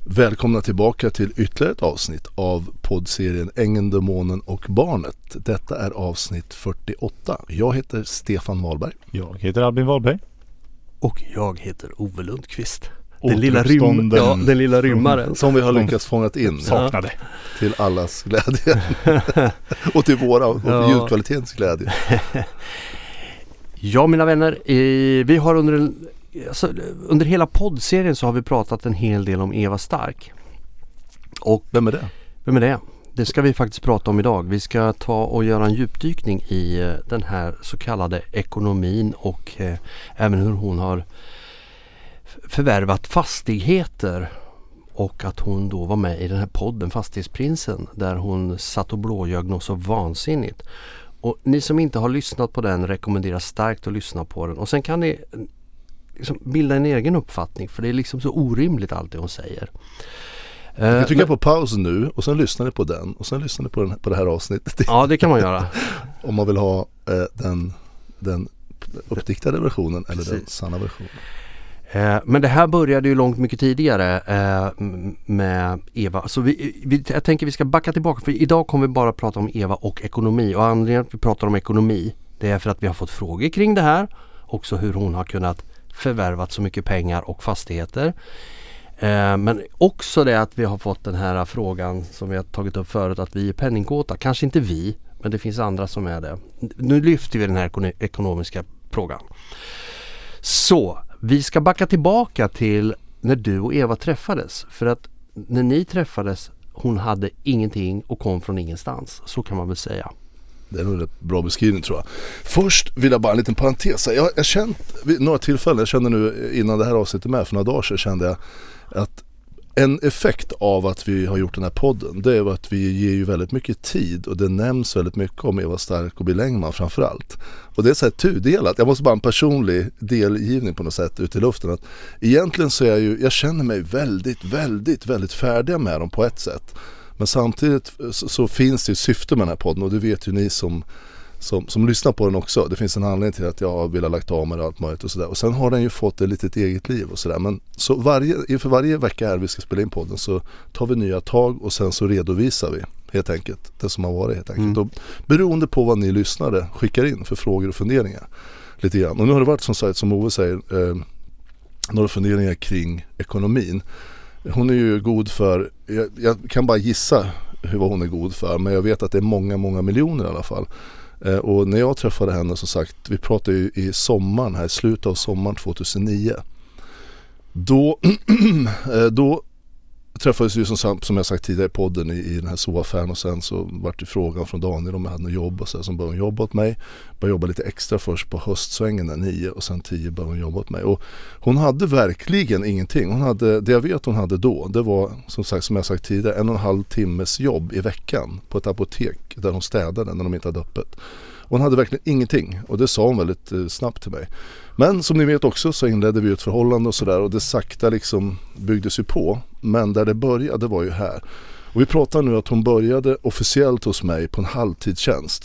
Välkomna tillbaka till ytterligare ett avsnitt av poddserien Ängen, demonen och barnet. Detta är avsnitt 48. Jag heter Stefan Wahlberg. Jag heter Albin Wahlberg. Och jag heter Ove Lundqvist. Den lilla rymmaren. Som vi har lyckats fångat in. Saknade. Till allas glädje. Och till våra och ljudkvalitetens glädje. Ja, mina vänner. Vi har under hela poddserien så har vi pratat en hel del om Eva Stark. Och Vem är det? Vem är det? Det ska vi faktiskt prata om idag. Vi ska ta och göra en djupdykning i den här så kallade ekonomin och även hur hon har förvärvat fastigheter och att hon då var med i den här podden Fastighetsprinsen där hon satt och blåljög något så vansinnigt. Och ni som inte har lyssnat på den rekommenderar starkt att lyssna på den och sen kan ni liksom bilda en egen uppfattning för det är liksom så orimligt allt det hon säger. Jag trycker på paus nu och sen lyssnar ni på den och sen lyssnar ni på det här avsnittet. Ja, det kan man göra. Om man vill ha den uppdiktade versionen eller den sanna versionen. Men det här började ju långt mycket tidigare med Eva. Så jag tänker vi ska backa tillbaka för idag kommer vi bara prata om Eva och ekonomi. Och anledningen att vi pratar om ekonomi det är för att vi har fått frågor kring det här. Också hur hon har kunnat förvärvat så mycket pengar och fastigheter. Men också det att vi har fått den här frågan som vi har tagit upp förut att vi är penningkåta. Kanske inte vi, men det finns andra som är det. Nu lyfter vi den här ekonomiska frågan. Så, vi ska backa tillbaka till när du och Eva träffades. För att när ni träffades, hon hade ingenting och kom från ingenstans. Så kan man väl säga. Det är nog en bra beskrivning tror jag. Först vill jag bara en liten parentes. Jag har känt vid några tillfällen, jag kände nu innan det här avsnittet med för några dagar sedan kände jag att en effekt av att vi har gjort den här podden det är att vi ger ju väldigt mycket tid och det nämns väldigt mycket om Eva Stark och Bill Engman framförallt. Och det är så här tudelat. Jag måste bara en personlig delgivning på något sätt ut i luften att egentligen så är jag känner mig väldigt, väldigt, väldigt färdig med dem på ett sätt. Men samtidigt så finns det ju syfte med den här podden och det vet ju ni som lyssnar på den också. Det finns en anledning till att jag vill ha lagt av med allt möjligt och sådär. Och sen har den ju fått ett litet eget liv och sådär. Men så inför varje vecka här vi ska spela in podden så tar vi nya tag och sen så redovisar vi helt enkelt det som har varit helt enkelt. Och beroende på vad ni lyssnare skickar in för frågor och funderingar lite grann. Och nu har det varit som Ove säger några funderingar kring ekonomin. Hon är ju god för, jag kan bara gissa vad hon är god för, men jag vet att det är många, många miljoner i alla fall. Och när jag träffade henne som sagt, vi pratade ju i sommaren här, slutet av sommaren 2009. Då träffades vi som jag sagt tidigare i podden i den här SO-affären och sen så var det frågan från Daniel om jag hade något jobb och så som började jobba åt mig. Började jobba lite extra först på höstsvängen där 9 och sen 10 började hon jobba åt mig. Och hon hade verkligen ingenting. Det jag vet hon hade då, det var som jag sagt tidigare 1,5 timmes jobb i veckan på ett apotek där hon städade när de inte hade öppet. Hon hade verkligen ingenting och det sa hon väldigt snabbt till mig. Men som ni vet också så inledde vi ett förhållande och sådär och det sakta liksom byggdes ju på. Men där det började var ju här. Och vi pratar nu att hon började officiellt hos mig på en halvtidstjänst.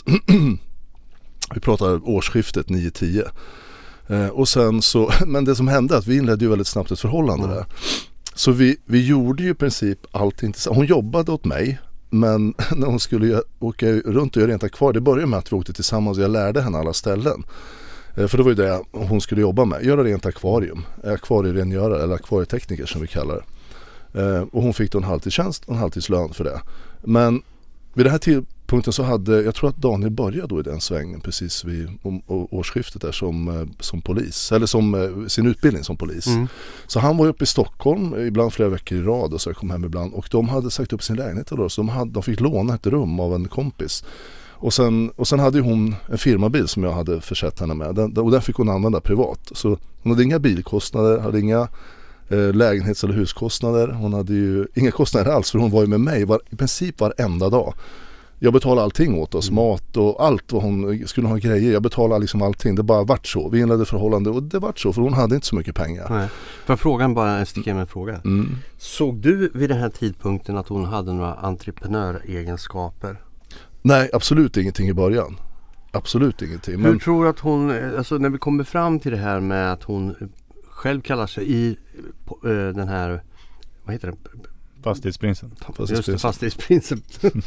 Vi pratar årsskiftet 9-10. Och sen så, men det som hände är att vi inledde ju väldigt snabbt ett förhållande där. Så vi gjorde ju i princip allting tillsammans. Hon jobbade åt mig. Men när hon skulle åka runt och göra rent akvarium, det började med att vi åkte tillsammans och jag lärde henne alla ställen. För det var ju det hon skulle jobba med, göra rent akvarium, akvarierengörare eller akvarietekniker som vi kallar det. Och hon fick då en halvtidstjänst och en halvtidslön för det. Men vid den här tidpunkten så jag tror att Daniel började då i den svängen precis vid årsskiftet där som polis, eller som sin utbildning som polis. Så han var uppe i Stockholm ibland flera veckor i rad och så kom hem ibland och de hade sagt upp sin lägenhet då, så de fick låna ett rum av en kompis. Och sen hade ju hon en firmabil som jag hade försett henne med och den fick hon använda privat. Så hon hade inga bilkostnader, hade inga lägenhets- eller huskostnader. Hon hade ju inga kostnader alls för hon var ju med mig i princip varenda dag. Jag betalade allting åt oss, mat och allt vad hon skulle ha grejer. Jag betalade liksom allting, det bara vart så. Vi inledde förhållande och det vart så för hon hade inte så mycket pengar. Nej. För frågan bara, jag sticker med en fråga. Såg du vid den här tidpunkten att hon hade några entreprenöregenskaper? Nej, absolut ingenting i början. Absolut ingenting. Hur tror du att hon, alltså när vi kommer fram till det här med att hon själv kallar sig i den här, vad heter det? Fastighetsprinsen. Just det, Fastighetsprinsen.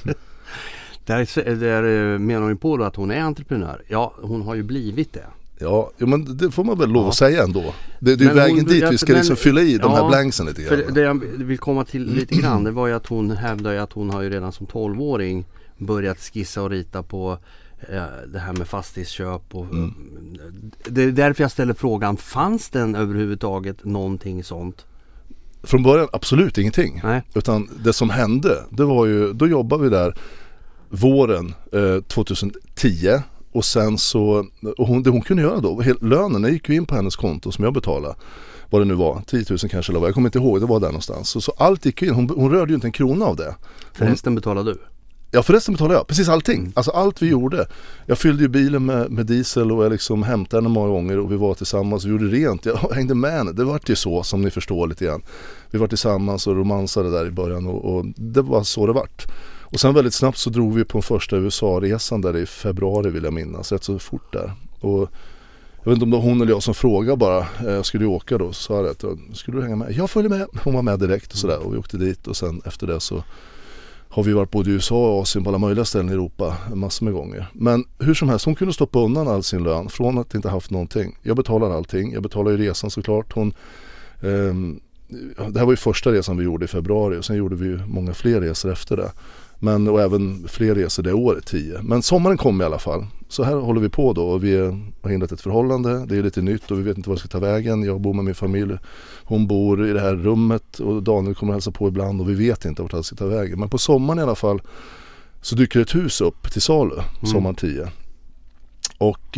Där menar hon på då att hon är entreprenör. Ja, hon har ju blivit det. Ja, men det får man väl lov att säga ändå. Det är ju vägen dit vi ska liksom fylla i de här blanksen lite grann. För det jag vill komma till lite grann, det var ju att hon hävdar ju att hon har ju redan som 12-åring börjat skissa och rita på det här med fastighetsköp. Och, det är därför jag ställer frågan, fanns den överhuvudtaget någonting sånt? Från början absolut ingenting. Nej. Utan det som hände, det var ju, då jobbade vi där våren 2010. Och sen så, och det hon kunde göra då, lönen gick ju in på hennes konto som jag betalade, vad det nu var, 10 000 kanske eller vad, jag kommer inte ihåg, det var där någonstans. Så allt gick in, hon rörde ju inte en krona av det. Förresten betalade du? Ja, förresten betalade jag, precis allting. Alltså allt vi gjorde. Jag fyllde ju bilen med diesel och jag liksom hämtade henne många gånger och vi var tillsammans och gjorde rent. Jag hängde med henne, det var ju så som ni förstår lite grann. Vi var tillsammans och romansade där i början och det var så det vart. Och sen väldigt snabbt så drog vi på en första USA-resan där i februari vill jag minnas, rätt så fort där. Och jag vet inte om det var hon eller jag som frågade bara, jag skulle ju åka då, så sa jag att skulle du hänga med? Jag följer med, hon var med direkt och sådär och vi åkte dit och sen efter det så har vi varit både i USA och Asien på alla möjliga ställen i Europa massor med gånger. Men hur som helst, hon kunde stoppa undan all sin lön från att inte haft någonting. Jag betalar allting, jag betalar ju resan såklart. Det här var ju första resan vi gjorde i februari och sen gjorde vi ju många fler resor efter det. Och även fler resor det året 10. Men sommaren kom i alla fall. Så här håller vi på då och vi har hindrat ett förhållande. Det är lite nytt och vi vet inte var det ska ta vägen. Jag bor med min familj. Hon bor i det här rummet och Daniel kommer hälsa på ibland och vi vet inte vart det ska ta vägen. Men på sommaren i alla fall så dyker ett hus upp till salu, sommaren 10. Och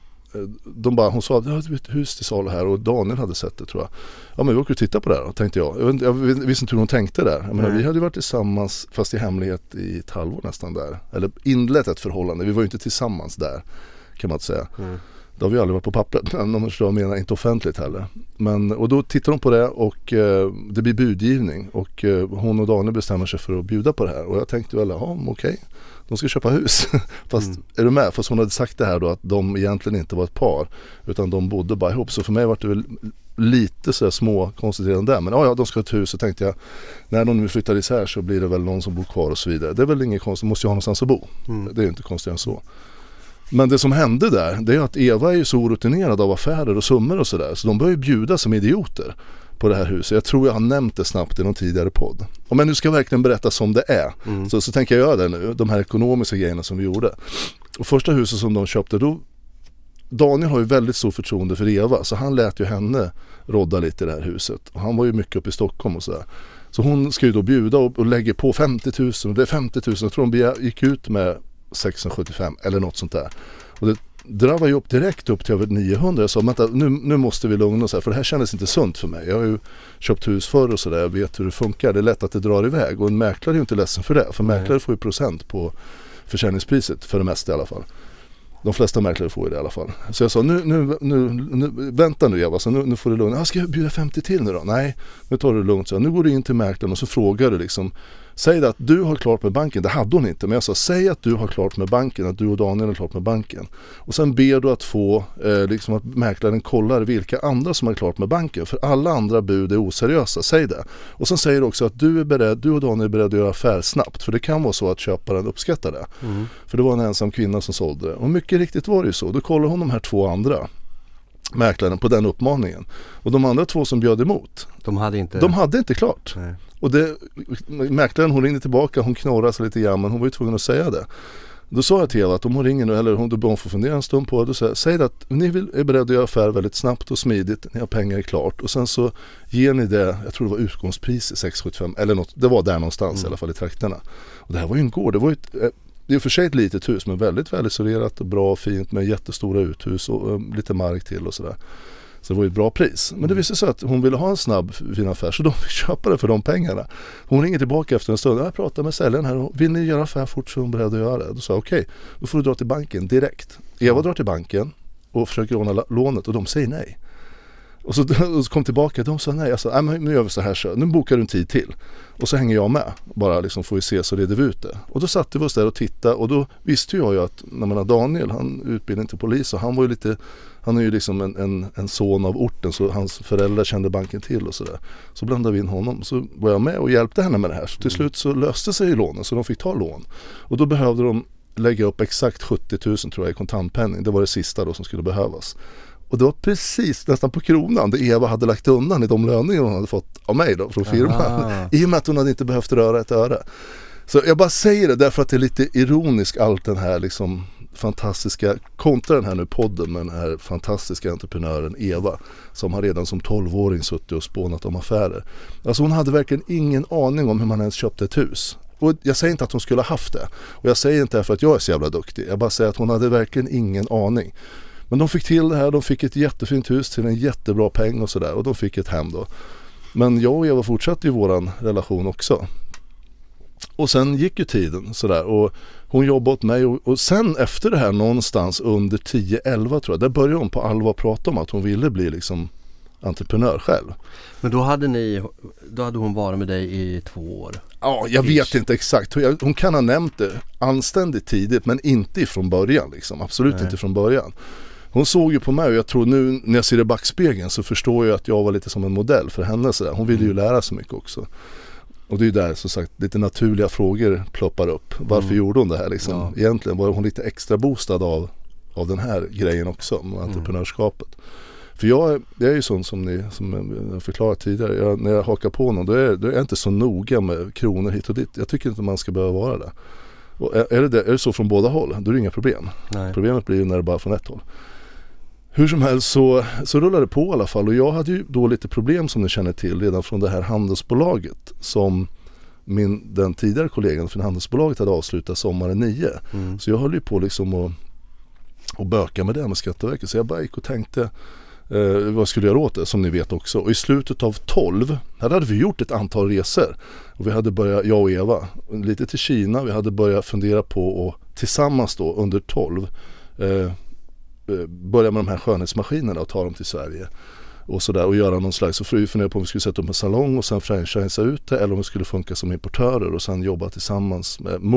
hon sa att det är ett hus till salu här och Daniel hade sett det tror jag. Ja, men vi åker och titta på det här, tänkte jag. Jag visste inte hur hon tänkte där. Jag menar, vi hade varit tillsammans fast i hemlighet i ett halvår nästan där. Eller inlett ett förhållande. Vi var ju inte tillsammans där kan man inte säga. Det har vi aldrig varit på pappret. Men om jag menar inte offentligt heller. Och då tittar de på det och det blir budgivning. Och hon och Daniel bestämmer sig för att bjuda på det här. Och jag tänkte väl, okej. De ska köpa hus. Fast är du med? Fast hon hade sagt det här då att de egentligen inte var ett par. Utan de bodde bara ihop. Så för mig var det väl lite så små konstigt redan där. Men ja, de ska ha ett hus. Så tänkte jag, när de nu flyttar isär så blir det väl någon som bor kvar och så vidare. Det är väl inget konstigt. De måste ju ha någonstans att bo. Det är ju inte konstigt än så. Men det som hände där, det är att Eva är ju så orutinerad av affärer och summor och sådär. Så de börjar ju bjuda som idioter på det här huset. Jag tror jag har nämnt det snabbt i någon tidigare podd. Men nu ska jag verkligen berätta som det är. Så tänker jag göra det nu, de här ekonomiska grejerna som vi gjorde. Och första huset som de köpte, då Daniel har ju väldigt stor förtroende för Eva, så han lät ju henne rodda lite i det här huset. Och han var ju mycket uppe i Stockholm och sådär. Så hon ska ju då bjuda och lägger på 50 000 och det är 50 000. Jag tror de gick ut med 675 eller något sånt där. Och det drar ju upp direkt upp till över 900. Jag sa, vänta, nu måste vi lugna oss här, för det här kändes inte sunt för mig. Jag har ju köpt hus förr och sådär, jag vet hur det funkar. Det är lätt att det drar iväg och en mäklare är ju inte ledsen för det. För mäklare får ju procent på försäljningspriset, för det mesta i alla fall. De flesta mäklare får ju det i alla fall. Så jag sa, nu vänta nu Eva, så nu får du lugna. Ska jag bjuda 50 till nu då? Nej, nu tar du det lugnt. Så nu går du in till mäklaren och så frågar du liksom, säg att du har klart med banken. Det hade hon inte, men jag sa, säg att du har klart med banken, att du och Daniel har klart med banken. Och sen ber du att få, liksom att mäklaren kollar vilka andra som har klart med banken. För alla andra bud är oseriösa, säg det. Och sen säger du också att du och Daniel är beredda att göra affär snabbt. För det kan vara så att köparen uppskattar det. För det var en ensam kvinna som sålde det. Och mycket riktigt var det ju så. Då kollar hon de här två andra mäklaren på den uppmaningen. Och de andra två som bjöd emot, de hade inte klart. Nej. Och mäklaren, hon ringde tillbaka, hon knorrade sig lite grann, men hon var ju tvungen att säga det. Då sa jag till Eva att om hon ringer nu, eller då bör hon få fundera en stund på det, då säg att ni är beredda att göra affär väldigt snabbt och smidigt, ni har pengar klart, och sen så ger ni det, jag tror det var utgångspris 675 eller något, det var där någonstans i alla fall i trakterna. Och det här var ju en gård, det var ju det är för sig ett litet hus, men väldigt välisolerat och bra och fint med jättestora uthus och lite mark till och sådär. Så det var ju ett bra pris. Men det visade sig att hon ville ha en snabb fin affär, så de fick köpa det för de pengarna. Hon ringer tillbaka efter en stund. Jag pratar med säljaren här. Vill ni göra affär fort så är hon beredd att göra det. Då sa jag okej, då får du dra till banken direkt. Eva drar till banken och försöker ordna lånet och de säger nej. Och så kom tillbaka, de sa nej, jag sa, men nu gör vi så här, så nu bokar du en tid till. Och så hänger jag med, bara liksom får vi se så reder vi ut det. Och då satte vi oss där och tittade, och då visste jag ju att när Daniel, han utbildade till polis, och han var ju lite, han är ju liksom en son av orten, så hans föräldrar kände banken till och sådär. Så blandade vi in honom, så var jag med och hjälpte henne med det här. Så till slut så löste sig ju lånen, så de fick ta lån. Och då behövde de lägga upp exakt 70 000 tror jag i kontantpenning. Det var det sista då som skulle behövas. Och det var precis nästan på kronan det Eva hade lagt undan i de löningar hon hade fått av mig då från firman. I och med att hon hade inte behövt röra ett öre. Så jag bara säger det därför att det är lite ironiskt, allt den här liksom fantastiska, kontra den här nu podden med den här fantastiska entreprenören Eva, som har redan som 12-åring suttit och spånat om affärer. Alltså hon hade verkligen ingen aning om hur man ens köpte ett hus. Och jag säger inte att hon skulle ha haft det. Och jag säger inte för att jag är så jävla duktig. Jag bara säger att hon hade verkligen ingen aning. Men de fick till det här, de fick ett jättefint hus till en jättebra peng och sådär. Och de fick ett hem då. Men jag och Eva fortsatte ju våran relation också. Och sen gick ju tiden sådär, och hon jobbade åt mig, och sen efter det här någonstans under 10-11 tror jag, där började hon på allvar prata om att hon ville bli liksom entreprenör själv. Men då hade hon varit med dig i 2 år? Ja, jag vet inte exakt. Hon kan ha nämnt det anständigt tidigt, men inte ifrån början liksom. Absolut inte från början. Hon såg ju på mig, och jag tror nu när jag ser i backspegeln så förstår jag att jag var lite som en modell för henne sådär. Hon ville ju lära sig mycket också. Och det är ju där som sagt lite naturliga frågor ploppar upp. Varför gjorde hon det här liksom? Ja. Egentligen var hon lite extra boostad av den här grejen också, med entreprenörskapet. För jag är ju sån som jag förklarat tidigare, när jag hakar på någon då är jag inte så noga med kronor hit och dit. Jag tycker inte man ska behöva vara det. Och är det så från båda håll, då är det inga problem. Nej. Problemet blir ju när det bara är från ett håll. Hur som helst så rullade det på i alla fall, och jag hade ju då lite problem som ni känner till redan från det här handelsbolaget som den tidigare kollegan från handelsbolaget hade avslutat sommaren 9. Så jag höll ju på liksom och böka med det med Skatteverket, så jag bara gick och tänkte vad skulle jag göra åt det, som ni vet också. Och i slutet av 12 hade vi gjort ett antal resor, och vi hade börjat, jag och Eva, lite till Kina. Vi hade börjat fundera på att tillsammans då under 12 börja med de här skönhetsmaskinerna och ta dem till Sverige och sådär, och göra någon slags, så funderade på om vi skulle sätta upp en salong och sen franchisea ut det, eller om vi skulle funka som importörer och sen jobba tillsammans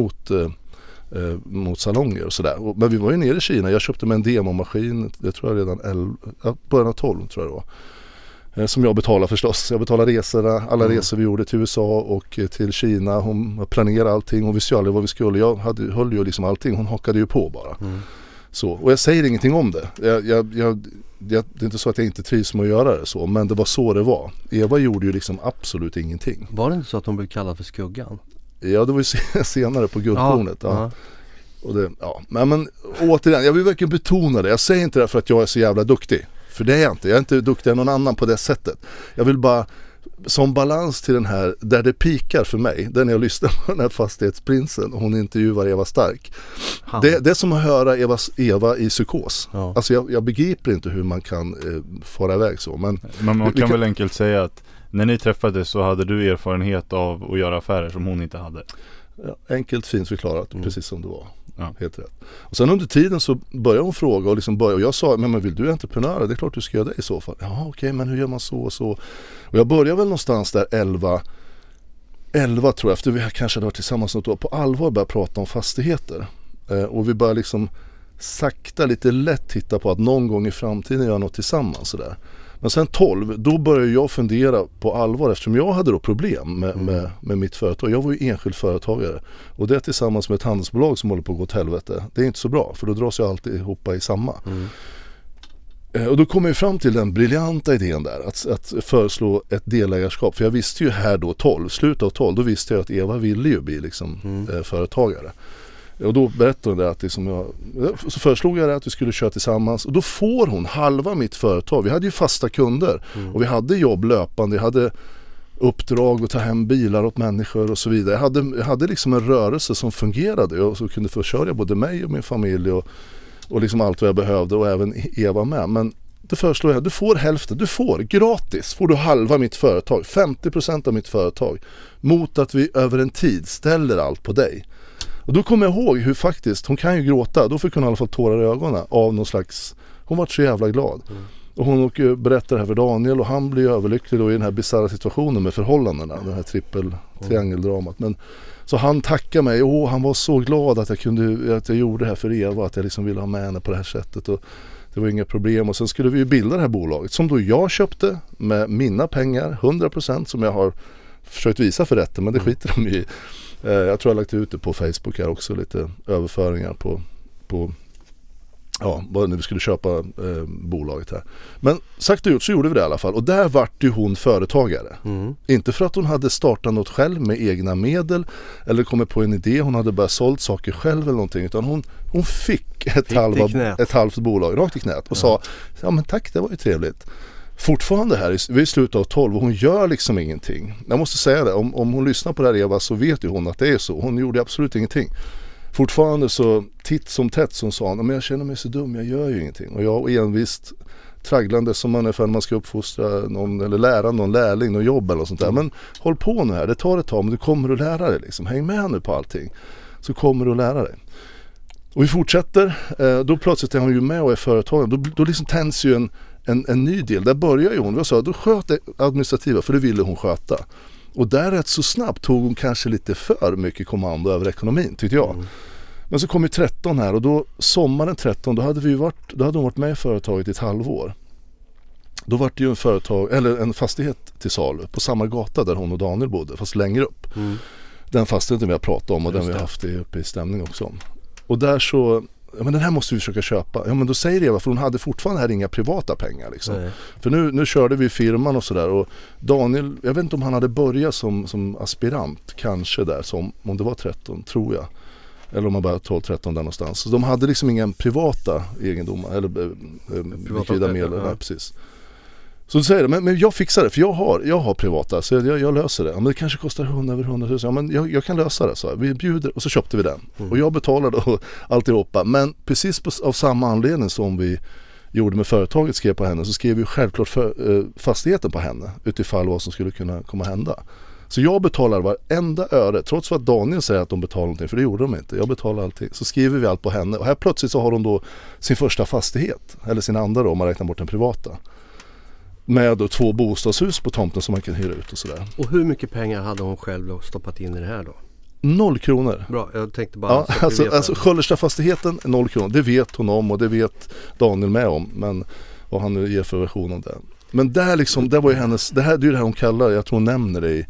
mot salonger och sådär. Men vi var ju nere i Kina, jag köpte mig en demomaskin, det tror jag redan början av 12 tror jag det var, som jag betalade förstås. Jag betalade resorna, alla resor vi gjorde till USA och till Kina. Hon planerade allting, och visste ju aldrig vad vi skulle. Jag höll ju liksom allting, hon hakade ju på bara. Så, och jag säger ingenting om det. Det är inte så att jag inte trivs med att göra det så, men det var så det var. Eva gjorde ju liksom absolut ingenting. Var det inte så att hon blev kallad för skuggan? Ja, det var ju senare på guldkornet. Ja. Och det, men återigen, jag vill verkligen betona det. Jag säger inte det för att jag är så jävla duktig. För det är jag inte. Jag är inte duktig än någon annan på det sättet. Jag vill bara, som balans till den här, där det pikar för mig, där när jag lyssnar på den här fastighetsprinsen och hon intervjuar Eva Stark. Det är som att höra Eva i psykos. Ja. Alltså jag begriper inte hur man kan fara iväg så. Men man kan väl enkelt säga att när ni träffades så hade du erfarenhet av att göra affärer som hon inte hade. Ja, enkelt, fint förklarat, precis som det var. Ja. Helt rätt. Och sen under tiden så började hon fråga och jag sa, men vill du entreprenöra? Det är klart du ska göra det i så fall. Ja, okej, men hur gör man så och så? Och jag började väl någonstans där 11 tror jag, efter vi kanske hade varit tillsammans något år, på allvar började prata om fastigheter. Och vi började liksom sakta, lite lätt titta på att någon gång i framtiden göra något tillsammans sådär. Men sen 12, då började jag fundera på allvar, eftersom jag hade då problem med mitt företag. Jag var ju enskild företagare, och det tillsammans med ett handelsbolag som håller på att gå åt helvete. Det är inte så bra, för då dras jag alltid ihop i samma. Och då kom jag fram till den briljanta idén där, att föreslå ett delägarskap. För jag visste ju här då 12, slutet av 12, då visste jag att Eva ville ju bli liksom företagare. Och då berättade hon det att liksom så föreslog jag det att vi skulle köra tillsammans, och då får hon halva mitt företag. Vi hade ju fasta kunder och vi hade jobb löpande, vi hade uppdrag att ta hem bilar åt människor och så vidare. Jag hade liksom en rörelse som fungerade och så kunde försörja både mig och min familj och liksom allt vad jag behövde, och även Eva med. Men det föreslår jag, du får hälften, du får gratis, får du halva mitt företag, 50% av mitt företag, mot att vi över en tid ställer allt på dig. Och då kommer jag ihåg hur faktiskt, hon kan ju gråta, då fick hon i alla fall tårar i ögonen av någon slags, hon var så jävla glad. Och hon berättar det här för Daniel och han blir överlycklig då i den här bizarra situationen med förhållandena, den här triangeldramat. Men så han tackar mig, han var så glad att jag gjorde det här för Eva, att jag liksom ville ha med henne på det här sättet, och det var inga problem. Och sen skulle vi ju bilda det här bolaget som då jag köpte med mina pengar, 100%, som jag har försökt visa för rätten, men det skiter de i. Jag tror jag har lagt ut det på Facebook här också, lite överföringar på vad nu vi skulle köpa bolaget här. Men sagt och gjort så gjorde vi det i alla fall. Och där vart ju hon företagare. Inte för att hon hade startat något själv med egna medel eller kommit på en idé, hon hade bara sålt saker själv eller någonting, utan hon fick ett halvt bolag rakt i knät och sa, ja men tack, det var ju trevligt. Fortfarande här, vi är i slutet av 12 och hon gör liksom ingenting. Jag måste säga det, om hon lyssnar på det här, Eva, så vet ju hon att det är så. Hon gjorde absolut ingenting. Fortfarande så titt som tätt som sa hon, men jag känner mig så dum, jag gör ju ingenting. Och jag envist tragglande som man är för när man ska uppfostra någon eller lära någon lärling någon jobb eller sånt där. Men håll på nu här, det tar ett tag, men du kommer att lära dig liksom. Häng med nu på allting, så kommer du att lära dig. Och vi fortsätter, då plötsligt är hon ju med och är företagare. Då liksom tänds ju en ny del. Där börjar ju hon, då sköt det administrativa, för det ville hon sköta. Och där rätt så snabbt tog hon kanske lite för mycket kommando över ekonomin, tyckte jag. Men så kom ju 13 här, och då sommaren 13, då hade hon varit med i företaget i ett halvår. Då var det ju en fastighet till salu på samma gata där hon och Daniel bodde, fast längre upp. Den fastigheten vi har pratat om och den vi har haft uppe i stämning också. Och där så, men den här måste vi försöka köpa. Ja, men då säger Eva, för hon hade fortfarande här inga privata pengar liksom. För nu körde vi firman och sådär, och Daniel, jag vet inte om han hade börjat som aspirant kanske där, som om det var 13 tror jag, eller om man bara 12-13 där någonstans. Så de hade liksom ingen privata egendomar eller likvida medel. Nej, precis. Så du säger det, men jag fixar det, för jag har privata, så jag löser det. Ja, men det kanske kostar 100 000. Ja, men jag kan lösa det, så vi bjuder, och så köpte vi den. Och jag betalade och alltihopa. Men precis av samma anledning som vi gjorde med företaget, skrev på henne, så skrev vi självklart fastigheten på henne utifall vad som skulle kunna komma hända. Så jag betalar varenda öre, trots att Daniel säger att de betalar någonting, för det gjorde de inte. Jag betalar allting. Så skriver vi allt på henne, och här plötsligt så har de då sin första fastighet, eller sin andra då, om man räknar bort den privata. Med då 2 bostadshus på tomten som man kan hyra ut och sådär. Och hur mycket pengar hade hon själv då stoppat in i det här då? 0 kronor. Bra, jag tänkte bara... Ja, alltså Sköllersta-fastigheten, 0 kronor. Det vet hon om, och det vet Daniel med om. Men vad han nu ger för version om det. Men där liksom, det var ju hennes... Det är ju det här hon kallar, jag tror hon nämner det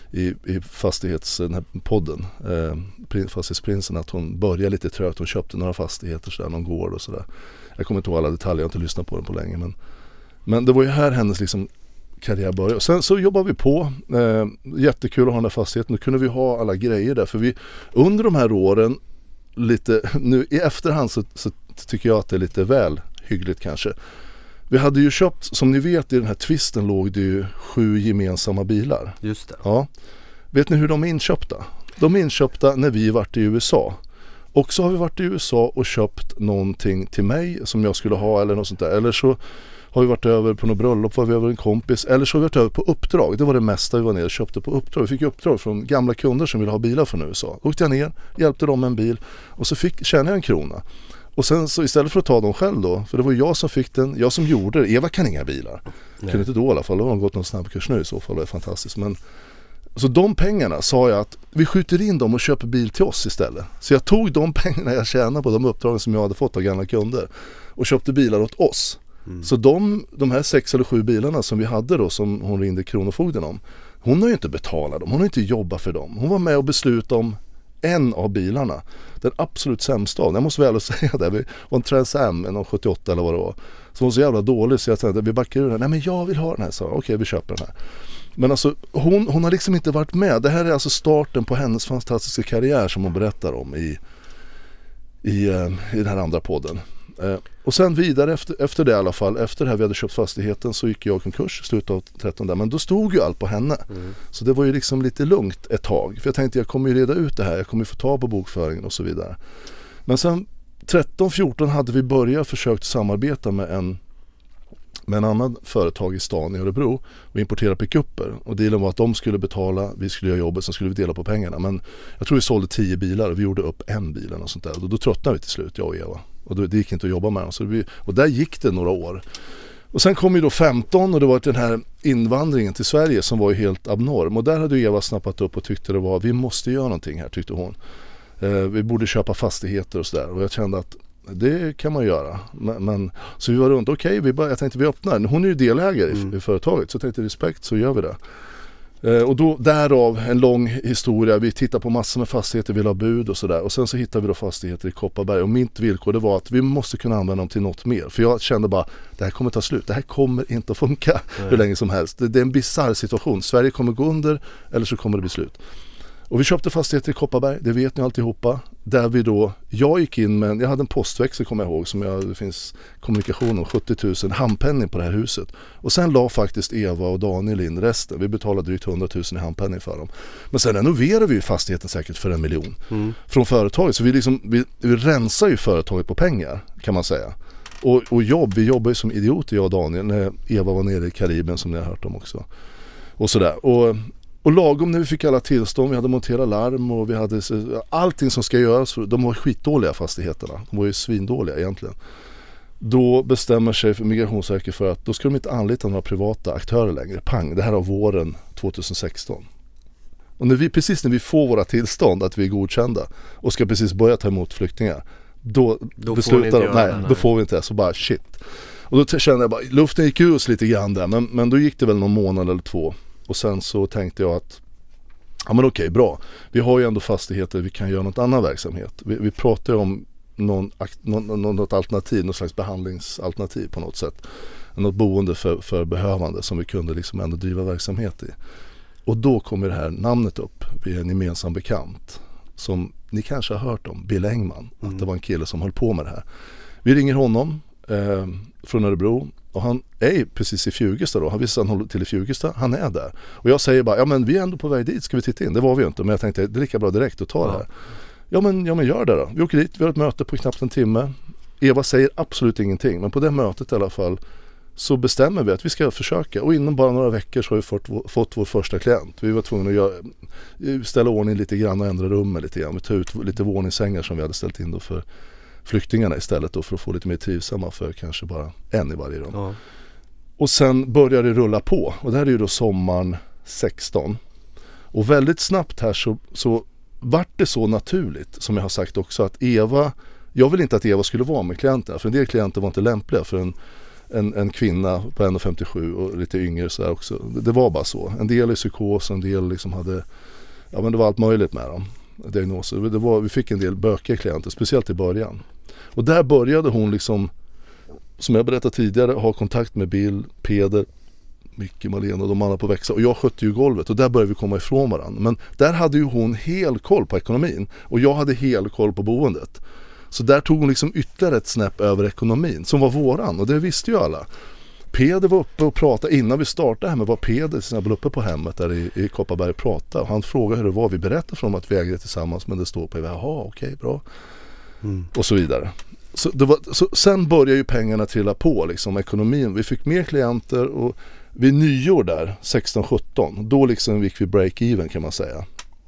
i den här podden, Fastighetsprinsen, att hon började lite trögt. Hon köpte några fastigheter sådär, någon gård och sådär. Jag kommer inte ihåg alla detaljer, jag har inte lyssnat på den på länge, men det var ju här hennes liksom karriär började. Och sen så jobbade vi på, jättekul att ha den här fastigheten. Nu kunde vi ha alla grejer där, för vi under de här åren, lite nu i efterhand så tycker jag att det är lite väl hyggligt kanske. Vi hade ju köpt, som ni vet, i den här twisten låg det ju 7 gemensamma bilar. Just det. Ja. Vet ni hur de är inköpta? De är inköpta när vi varit i USA. Och så har vi varit i USA och köpt någonting till mig som jag skulle ha eller något sånt där. Eller så har vi varit över på något bröllop, var vi över en kompis. Eller så har vi varit över på uppdrag. Det var det mesta vi var ner och köpte på uppdrag. Vi fick uppdrag från gamla kunder som ville ha bilar från USA. Då åkte jag ner, hjälpte dem med en bil, och så tjänade jag en krona. Och sen så istället för att ta dem själv då, för det var jag som fick den, jag som gjorde det. Eva kan inga bilar. Kunde inte då i alla fall, då har de gått någon snabbkurs nu i så fall, det är fantastiskt. Men så de pengarna sa jag att vi skjuter in dem och köper bil till oss istället. Så jag tog de pengarna jag tjänade på de uppdragen som jag hade fått av gamla kunder och köpte bilar åt oss. Så de här 6 eller 7 bilarna som vi hade då, som hon ringde Kronofogden om, hon har ju inte betalat dem, hon har inte jobbat för dem. Hon var med och beslutade om en av bilarna, den absolut sämsta av. Jag måste väl säga det, vi var en Trans Am, en 78 eller vad det var, som var så jävla dålig så jag tänkte, vi backar ur den. Nej, men jag vill ha den här, så okej, vi köper den här. Men alltså hon har liksom inte varit med. Det här är alltså starten på hennes fantastiska karriär som hon berättar om i den här andra podden. Och sen vidare efter det i alla fall, efter det här vi hade köpt fastigheten, så gick jag i konkurs i slutet av 13 där, men då stod ju allt på henne. Så det var ju liksom lite lugnt ett tag, för jag tänkte jag kommer ju reda ut det här, jag kommer ju få ta på bokföringen och så vidare. Men sen 13-14 hade vi börjat försökt samarbeta med en annan företag i stan i Örebro och importera pick-upper, och dealen var att de skulle betala, vi skulle göra jobbet, så skulle vi dela på pengarna. Men jag tror vi sålde 10 bilar och vi gjorde upp en bil och sånt där, och då tröttnade vi till slut, jag och Eva, och det gick inte att jobba med dem. Och där gick det några år, Och sen kom ju då 15 och det var den här invandringen till Sverige som var ju helt abnorm. Och där hade Eva snappat upp och tyckte det var, vi måste göra någonting här, tyckte hon. Vi borde köpa fastigheter och sådär. Och jag kände att det kan man göra. Men så vi var runt, jag tänkte vi öppnar. Hon är ju delägare i företaget, så jag tänkte respekt, så gör vi det. Och då därav en lång historia. Vi tittar på massor med fastigheter, vill ha bud och sådär. Och sen så hittar vi då fastigheter i Kopparberg. Och mitt villkor det var att vi måste kunna använda dem till något mer. För jag kände bara, det här kommer ta slut. Det här kommer inte att funka hur länge som helst. Det är en bizarr situation. Sverige kommer gå under eller så kommer det bli slut. Och vi köpte fastigheter i Kopparberg, det vet ni alltihopa. Där vi då, jag gick in med, jag hade en postväxel kommer jag ihåg, det finns kommunikation om 70 000 handpenning på det här huset. Och sen la faktiskt Eva och Daniel in resten. Vi betalade drygt 100 000 i handpenning för dem. Men sen renoverade vi fastigheten säkert för 1 miljon från företaget. Så vi rensar ju företaget på pengar, kan man säga. Och vi jobbar ju som idioter, jag och Daniel, när Eva var nere i Karibien som ni har hört om också. Och sådär. Och lagom när vi fick alla tillstånd, vi hade monterat larm och vi hade allting som ska göras, de var skitdåliga fastigheterna, de var ju svindåliga egentligen. Då bestämmer sig för Migrationsverket för att då ska de inte anlita några privata aktörer längre. Pang, det här var våren 2016. Och när vi får våra tillstånd att vi är godkända och ska precis börja ta emot flyktingar, då beslutar de, då får vi inte det, så bara shit. Och då kände jag bara, luften gick ur oss lite grann där, men då gick det väl någon månad eller 2. Och sen så tänkte jag att ja men okej, bra. Vi har ju ändå fastigheter, vi kan göra något annan verksamhet. Vi pratar ju om något alternativ, något slags behandlingsalternativ på något sätt. Något boende för behövande som vi kunde liksom ändå driva verksamhet i. Och då kommer det här namnet upp. Vi är en gemensam bekant som ni kanske har hört om, Bill Engman. Att det var en kille som höll på med det här. Vi ringer honom från Örebro. Och han är precis i Fjugesta då. Han visste att han håller till i Fjugesta. Han är där. Och jag säger bara, ja men vi är ändå på väg dit. Ska vi titta in? Det var vi ju inte. Men jag tänkte, det är lika bra direkt att ta det här. Ja men gör det då. Vi åker dit. Vi har ett möte på knappt en timme. Eva säger absolut ingenting. Men på det mötet i alla fall så bestämmer vi att vi ska försöka. Och inom bara några veckor så har vi fått vår första klient. Vi var tvungna att ställa ordning lite grann och ändra rummet lite grann. Vi tog ut lite våningssängar som vi hade ställt in då för flyktingarna istället då, för att få lite mer trivsamma för kanske bara en i varje rum. Ja. Och sen börjar det rulla på. Och det här är ju då sommaren 16. Och väldigt snabbt här så vart det så naturligt, som jag har sagt också, att jag vill inte att Eva skulle vara med klienterna. För en del klienter var inte lämpliga för en kvinna på 1,57 och lite yngre så här också. Det var bara så. En del i psykos, en del liksom hade, ja men det var allt möjligt med dem. Diagnoser. Vi fick en del bökiga klienter, speciellt i början. Och där började hon liksom, som jag berättade tidigare, ha kontakt med Bill, Peder, Micke, Malena och de andra på växa. Och jag skötte ju golvet och där började vi komma ifrån varandra. Men där hade ju hon hel koll på ekonomin och jag hade hel koll på boendet. Så där tog hon liksom ytterligare ett snäpp över ekonomin som var våran, och det visste ju alla. Peder var uppe och pratade innan vi startade hemmet, var Peder snabb uppe på hemmet där i Kopparberg och pratade. Och han frågade hur det var. Vi berättade för dem att vi ägde tillsammans, men det står på jaha, okej, bra. Och så vidare. Så sen började ju pengarna trilla på, liksom ekonomin. Vi fick mer klienter och vid nyår där, 16-17, då liksom gick vi break-even kan man säga.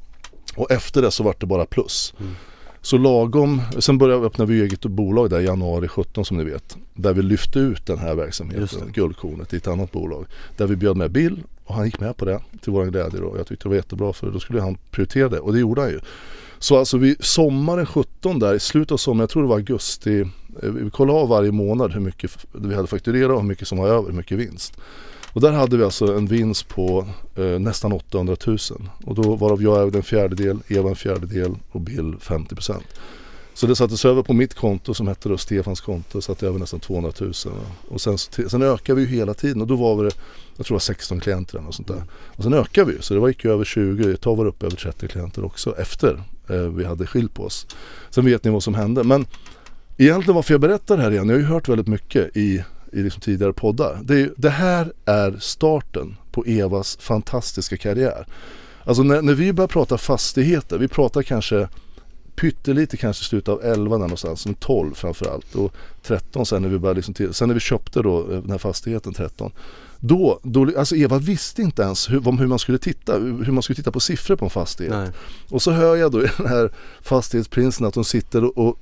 Och efter det så var det bara plus. Så lagom, sen började öppna vi eget bolag där i januari 17 som ni vet. Där vi lyfte ut den här verksamheten, Guldkornet, i ett annat bolag. Där vi bjöd med Bill och han gick med på det till vår glädje då. Jag tyckte det var jättebra, för då skulle han prioritera det, och det gjorde han ju. Så alltså vi sommaren 17 där, i slutet av sommaren, jag tror det var augusti, vi kollade av varje månad hur mycket vi hade fakturerat och hur mycket som var över, hur mycket vinst. Och där hade vi alltså en vinst på nästan 800 000. Och då varav jag ägde en fjärdedel, Eva en fjärdedel och Bill 50%. Så det sattes över på mitt konto som hette då Stefans konto, satte över nästan 200 000. Och sen ökade vi ju hela tiden, och då var det, jag tror det var 16 klienter och sånt där. Och sen ökade vi, så det gick ju över 20, ett tag var det upp över 30 klienter också efter vi hade skilt på oss. Sen vet ni vad som hände. Men egentligen varför jag berättar det här igen, jag har ju hört väldigt mycket i liksom tidigare poddar. Det här är starten på Evas fantastiska karriär. Alltså när vi börjar prata fastigheter, vi pratar kanske pyttelite, kanske slutet av 11 någonstans, som 12 framförallt, och 13 sen när vi började liksom sen när vi köpte då den här fastigheten 13. Då alltså Eva visste inte ens hur man skulle titta på siffror på en fastighet. Nej. Och så hör jag då i den här fastighetsprinsen att de sitter och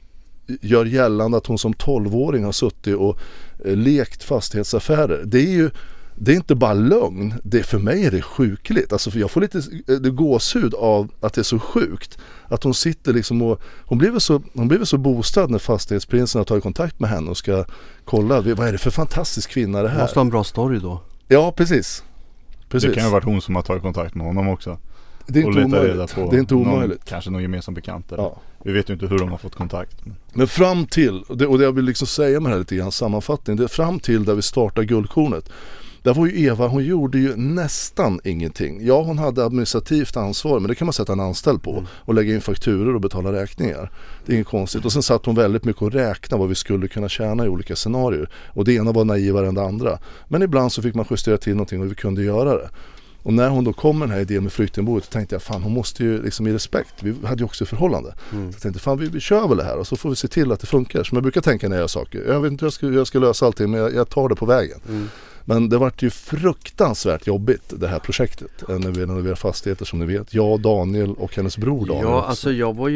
gör gällande att hon som 12-åring har suttit och lekt fastighetsaffärer. Det är inte bara lögn. För mig är det sjukligt. Alltså, för jag får lite gåshud av att det är så sjukt. Att hon sitter liksom och hon blev så bostad när fastighetsprinsen har tagit kontakt med henne och ska kolla. Vad är det för fantastisk kvinna det här? Måste ha en bra story då. Ja, precis. Det kan ju ha varit hon som har tagit kontakt med honom också. Det är inte omöjligt. Det är inte omöjligt. Kanske någon gemensam bekant. Eller? Ja. Vi vet ju inte hur de har fått kontakt. Men fram till, och det jag vill liksom säga med det här lite grann sammanfattning, det är fram till där vi startar Guldkornet. Där var ju Eva, hon gjorde ju nästan ingenting. Ja, hon hade administrativt ansvar, men det kan man sätta en anställd på och lägga in fakturor och betala räkningar. Det är inget konstigt. Och sen satt hon väldigt mycket och räknade vad vi skulle kunna tjäna i olika scenarier. Och det ena var naivare än det andra. Men ibland så fick man justera till någonting och vi kunde göra det. Och när hon då kom med den här idén med flyktingboet så tänkte jag, fan hon måste ju liksom i respekt, vi hade ju också ett förhållande. Så jag tänkte, fan vi kör väl det här och så får vi se till att det funkar. Som jag brukar tänka när jag gör saker. Jag vet inte hur jag ska lösa allting, men jag tar det på vägen. Men det var ju fruktansvärt jobbigt det här projektet när vi renoverar fastigheter som ni vet. Jag, Daniel och hennes bror Daniel. Ja, alltså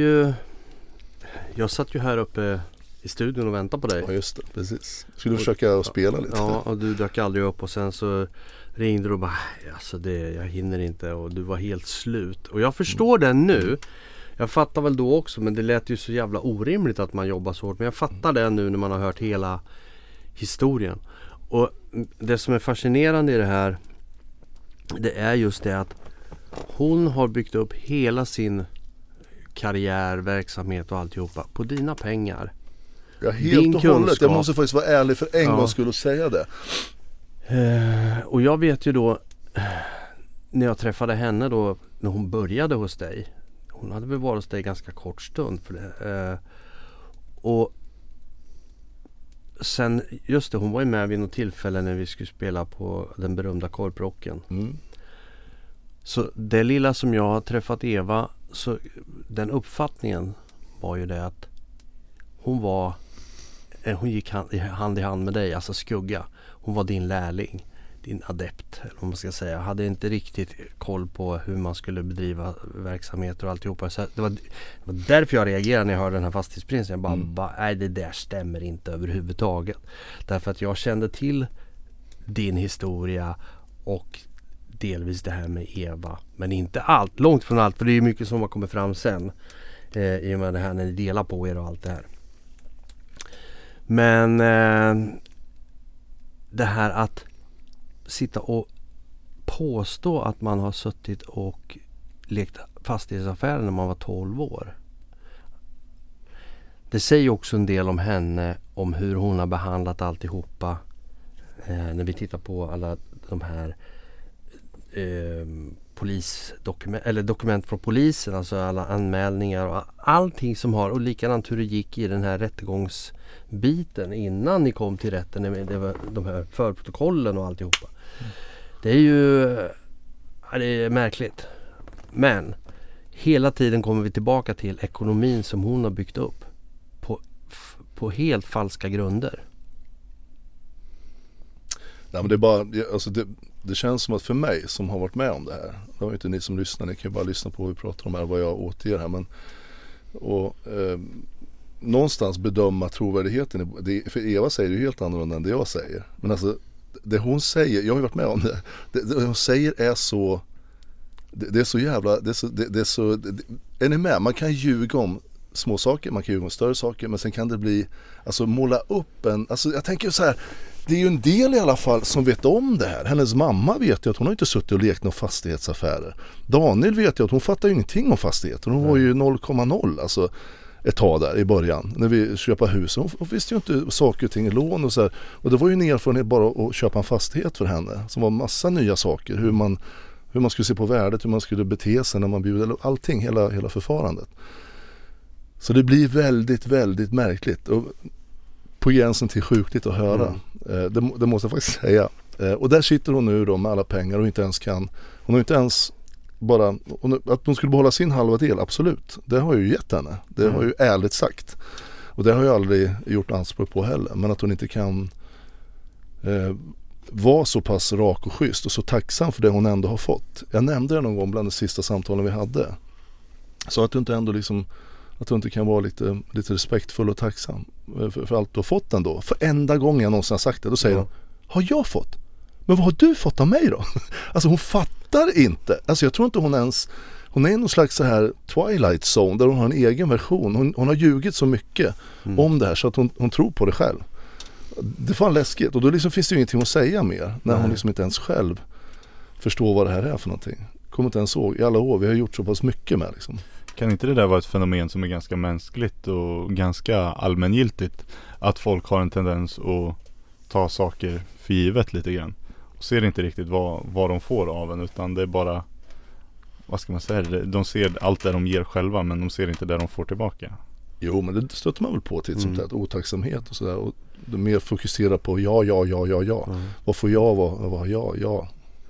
jag satt ju här uppe i studion och väntade på dig. Ja, just det, precis. Skulle försöka spela lite. Ja, och du dök aldrig upp och sen så ringde du och bara, alltså jag hinner inte, och du var helt slut. Och jag förstår det nu. Jag fattar väl då också, men det lät ju så jävla orimligt att man jobbar så hårt. Men jag fattar det nu när man har hört hela historien. Och det som är fascinerande i det här, det är just det att hon har byggt upp hela sin karriär, verksamhet och alltihopa på dina pengar. Ja, helt och hållet. Jag måste faktiskt vara ärlig för en gång skulle säga det. Och jag vet ju då när jag träffade henne då, när hon började hos dig. Hon hade väl varit hos dig ganska kort stund för det. Och sen, just det, hon var ju med vid något tillfälle när vi skulle spela på den berömda korprocken. Så det lilla som jag har träffat Eva, så den uppfattningen var ju det att hon gick hand i hand med dig, alltså skugga. Hon var din lärling, din adept, eller vad man ska säga. Hade inte riktigt koll på hur man skulle bedriva verksamheter och alltihopa. Så det var därför jag reagerade när jag hörde den här fastighetsprinsen. Jag bara, nej det där stämmer inte överhuvudtaget. Därför att jag kände till din historia och delvis det här med Eva. Men inte allt, långt från allt. För det är ju mycket som har kommit fram sen. I och med det här när ni delar på er och allt det här. Men det här att sitta och påstå att man har suttit och lekt fastighetsaffärer när man var 12 år. Det säger också en del om henne, om hur hon har behandlat alltihopa. När vi tittar på alla de här dokument från polisen, alltså alla anmälningar och allting som har, och likadant hur det gick i den här rättegångsbiten innan ni kom till rätten, det var de här förprotokollen och alltihopa. Det är ju det är märkligt. Men hela tiden kommer vi tillbaka till ekonomin som hon har byggt upp på helt falska grunder. Nej, men det är bara, alltså det känns som att för mig som har varit med om det här, det var ju inte ni som lyssnar, ni kan ju bara lyssna på vad vi pratar om här, vad jag återger här, men någonstans bedöma trovärdigheten, för Eva säger ju helt annorlunda än det jag säger, men alltså det hon säger, jag har ju varit med om det hon säger är så, det är så jävla, det är så, är ni med? Man kan ljuga om små saker, man kan ljuga om större saker, men sen kan det bli, alltså måla upp alltså jag tänker så här, det är ju en del i alla fall som vet om det här. Hennes mamma vet ju att hon har inte suttit och lekt några fastighetsaffärer. Daniel vet ju att hon fattar ju ingenting om fastigheter. Hon var ju 0,0 alltså ett tag där i början när vi köpa hus. Hon visste ju inte saker och ting i lån och så här. Och det var ju en erfarenhet bara att köpa en fastighet för henne som var massa nya saker. Hur man skulle se på värdet, hur man skulle bete sig när man bjuder, allting, hela förfarandet. Så det blir väldigt, väldigt märkligt och på gränsen till sjukligt att höra. Det måste jag faktiskt säga. Och där sitter hon nu då med alla pengar och inte ens kan, hon har inte ens bara, att hon skulle behålla sin halva del, absolut. Det har jag ju gett henne. Det har jag ju ärligt sagt. Och det har jag aldrig gjort anspråk på heller. Men att hon inte kan vara så pass rak och schysst och så tacksam för det hon ändå har fått. Jag nämnde det någon gång bland de sista samtalen vi hade. Så att du inte ändå liksom, Att du inte kan vara lite respektfull och tacksam för allt du har fått ändå. För enda gången jag någonsin har sagt det, då säger de, har jag fått? Men vad har du fått av mig då? Alltså hon fattar inte. Alltså jag tror inte hon är i någon slags så här Twilight Zone där hon har en egen version. Hon har ljugit så mycket om det här så att hon tror på det själv. Det är fan läskigt. Och då liksom finns det ju ingenting att säga mer när hon liksom inte ens själv förstår vad det här är för någonting. Kommer inte ens ihåg. I alla år vi har gjort så pass mycket med liksom. Kan inte det där vara ett fenomen som är ganska mänskligt och ganska allmängiltigt? Att folk har en tendens att ta saker för givet lite grann. Och ser inte riktigt vad de får av en, utan det är bara, vad ska man säga, de ser allt det de ger själva, men de ser inte det de får tillbaka. Jo, men det stöter man väl på till sånt där, otacksamhet och sådär. Och det är mer fokuserat på ja. Vad får jag, vad har jag, ja.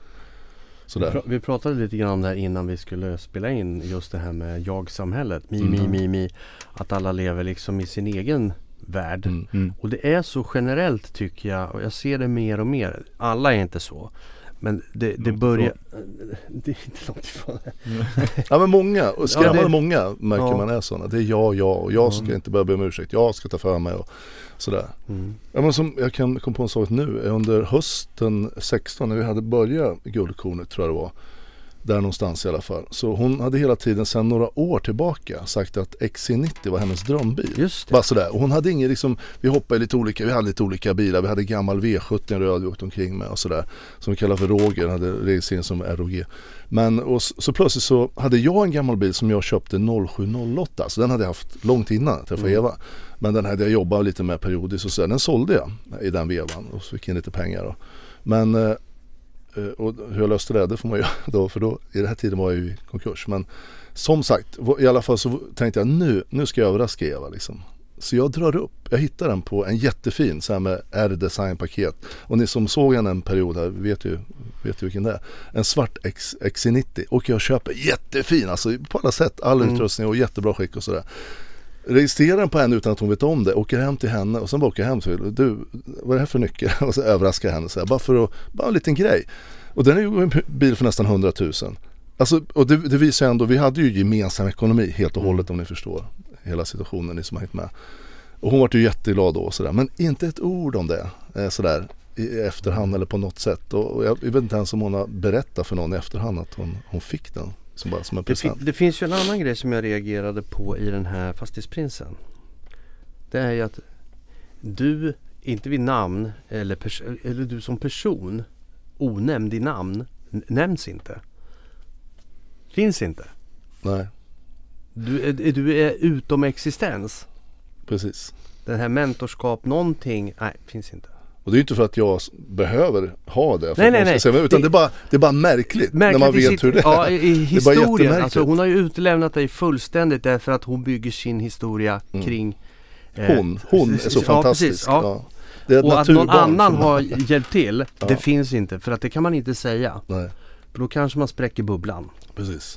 Sådär. Vi pratade lite grann om det här innan vi skulle spela in, just det här med jag-samhället. Mi. Att alla lever liksom i sin egen värld. Och det är så generellt tycker jag, och jag ser det mer och mer. Alla är inte så. Men det börjar... Det är inte långt ifrån det. Ja, men många, och skrämmande många märker man är sådana. Det är jag och jag ska inte börja be om ursäkt. Jag ska ta för mig och sådär. Ja, men som jag kan komma på en sak nu. Under hösten 16 när vi hade börjat Guldkornet, tror jag det var. Där någonstans i alla fall. Så hon hade hela tiden sedan några år tillbaka sagt att XC90 var hennes drömbil. Just det. Bara sådär. Och hon hade ingen liksom, vi hade lite olika bilar. Vi hade gammal V70 röd vi åkte omkring med och sådär. Som vi kallar för Roger, hade registrering som ROG. Men och så plötsligt så hade jag en gammal bil som jag köpte 0708. Så den hade jag haft långt innan jag träffade Eva. Men den hade jag jobbat lite med periodiskt och så. Den sålde jag i den vevan och så fick in lite pengar då. Men och hur jag löste det får man ju då, för då i den här tiden var jag ju i konkurs. Men som sagt, i alla fall så tänkte jag nu ska jag överraska Eva liksom. Så jag hittar den på en jättefin så här med R-design-paket. Och ni som såg en period här vet ju vilken det är. En svart XC90 och jag köper jättefin, alltså på alla sätt, all utrustning och jättebra skick och sådär. Registrerar den på henne utan att hon vet om det, åker hem till henne och sen bara åker hem så du, vad är det här för nyckel? Och så överraskar jag henne så här, bara en liten grej. Och den är ju en bil för nästan 100 000. Alltså, och det visar ändå, vi hade ju gemensam ekonomi helt och hållet om ni förstår hela situationen, ni som har hängt med. Och hon var ju jätteglad då och sådär, men inte ett ord om det sådär i efterhand eller på något sätt. Och jag vet inte ens om hon har berättat för någon i efterhand att hon fick den. Som en present. Det finns ju en annan grej som jag reagerade på i den här Fastighetsprinsen. Det är ju att du, inte vid namn eller du som person, onämnd i namn, nämns inte. Finns inte. Nej. Du är utom existens. Precis. Den här mentorskap, någonting, nej, finns inte. Och det är ju inte för att jag behöver ha det. Nej. Utan det är bara märkligt när man vet hur det är. Ja, i historien. Det Alltså, hon har ju utelämnat dig fullständigt därför att hon bygger sin historia kring... Hon är så fantastisk. Precis, ja. Det är och att någon annan har hjälpt till, det finns inte. För att det kan man inte säga. Nej. För då kanske man spräcker bubblan. Precis.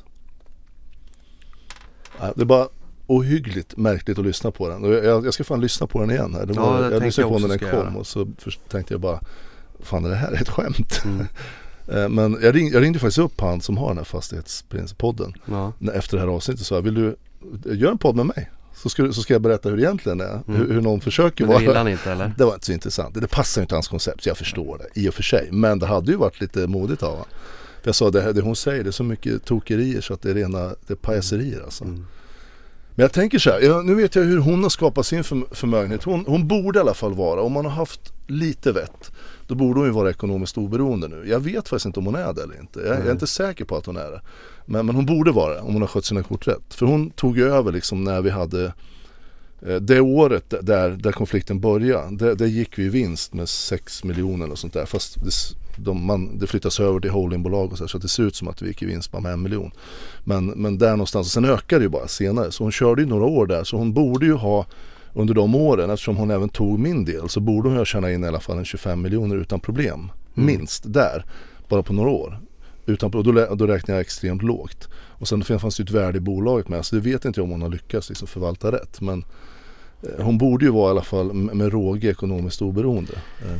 Det är bara ohyggligt märkligt att lyssna på den. Och jag ska fan lyssna på den igen här. Jag lyssnade på när den kom och så tänkte jag bara, fan är det här ett skämt? Men jag ringde faktiskt upp han som har den här Fastighetsprinspodden efter det här avsnittet. Så vill du göra en podd med mig? Så ska jag berätta hur det egentligen är. Hur någon försöker vara. Men det vill han inte, eller? Det var inte så intressant. Det passar ju inte hans koncept, så jag förstår det i och för sig. Men det hade ju varit lite modigt av honom. Jag sa det hon säger, det är så mycket tokerier så att det är pajaserier alltså. Men jag tänker så här, nu vet jag hur hon har skapat sin förmögenhet. Hon borde i alla fall vara, om man har haft lite vett, då borde hon ju vara ekonomiskt oberoende nu. Jag vet faktiskt inte om hon är det eller inte. Jag är inte säker på att hon är det. Men hon borde vara det om hon har skött sina kort rätt. För hon tog ju över liksom när vi hade det året där konflikten började. Där gick vi i vinst med 6 miljoner och sånt där. Fast det flyttas över till holdingbolag och så att det ser ut som att vi gick i vinst bara med 1 miljon. Men där någonstans, och sen ökade det ju bara senare. Så hon körde ju några år där, så hon borde ju ha under de åren, eftersom hon även tog min del, så borde hon ju tjäna in i alla fall en 25 miljoner utan problem. Minst där, bara på några år. Och då räknar jag extremt lågt. Och sen fanns det ju ett värde i bolaget med, så det vet inte om hon har lyckats liksom förvalta rätt. Men hon borde ju vara i alla fall med råge ekonomiskt oberoende.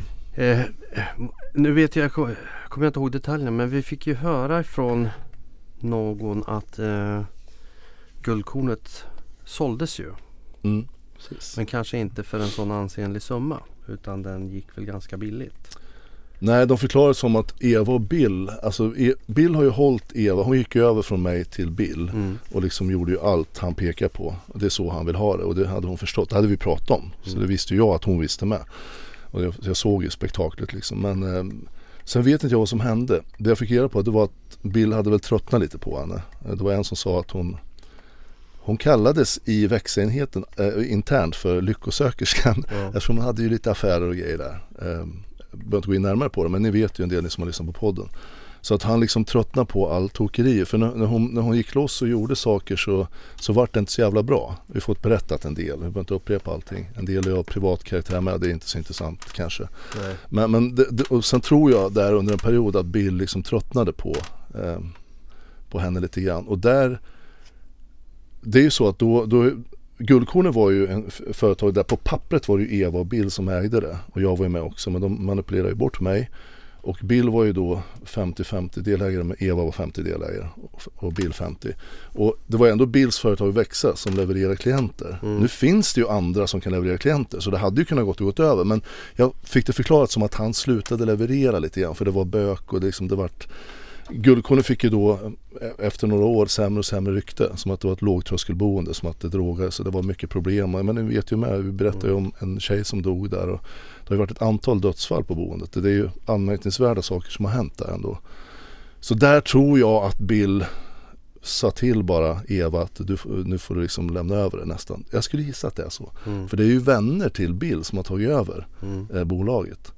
Nu vet jag kommer inte ihåg detaljerna, men vi fick ju höra från någon att Guldkornet såldes ju. Precis. Men kanske inte för en sån ansenlig summa, utan den gick väl ganska billigt. Nej, de förklarar som att Eva och Bill, alltså Bill har ju hållit Eva, hon gick över från mig till Bill och liksom gjorde ju allt han pekar på. Det är så han vill ha det, och det hade hon förstått, det hade vi pratat om. Så det visste ju jag att hon visste med. Och jag såg ju spektaklet liksom. Men sen vet inte jag vad som hände. Det jag fick reda på, det var att Bill hade väl tröttnat lite på henne. Det var en som sa att hon kallades i växenheten internt för lyckosökerskan. Eftersom hon hade ju lite affärer och grejer där. Jag behöver inte gå in närmare på det, men ni vet ju en del, ni som har lyssnat på podden. Så att han liksom tröttnar på all tokeri. För när hon gick loss och gjorde saker så var det inte så jävla bra. Vi får berättat en del, vi behöver inte upprepa allting. En del är av privat karaktär med, det är inte så intressant kanske. Nej. Men och sen tror jag där under en period att Bill liksom tröttnade på henne lite grann. Och där, det är ju så att då Guldkornen var ju en företag där på pappret var det ju Eva och Bill som ägde det. Och jag var ju med också, men de manipulerade ju bort mig. Och Bill var ju då 50-50 delägare, men Eva var 50 delägare och Bill 50. Och det var ändå Bills företag Växa som levererar klienter. Nu finns det ju andra som kan leverera klienter, så det hade ju kunnat gått över. Men jag fick det förklarat som att han slutade leverera lite grann, för det var bök och det vart... Guldkornen fick ju då efter några år sämre och sämre rykte, som att det var ett lågtröskelboende, som att det drogade, så det var mycket problem. Men ni vet ju med, vi berättade ju om en tjej som dog där, och det har ju varit ett antal dödsfall på boendet. Det är ju anmärkningsvärda saker som har hänt där ändå. Så där tror jag att Bill sa till bara Eva att nu får du liksom lämna över det nästan. Jag skulle gissa att det är så. För det är ju vänner till Bill som har tagit över bolaget.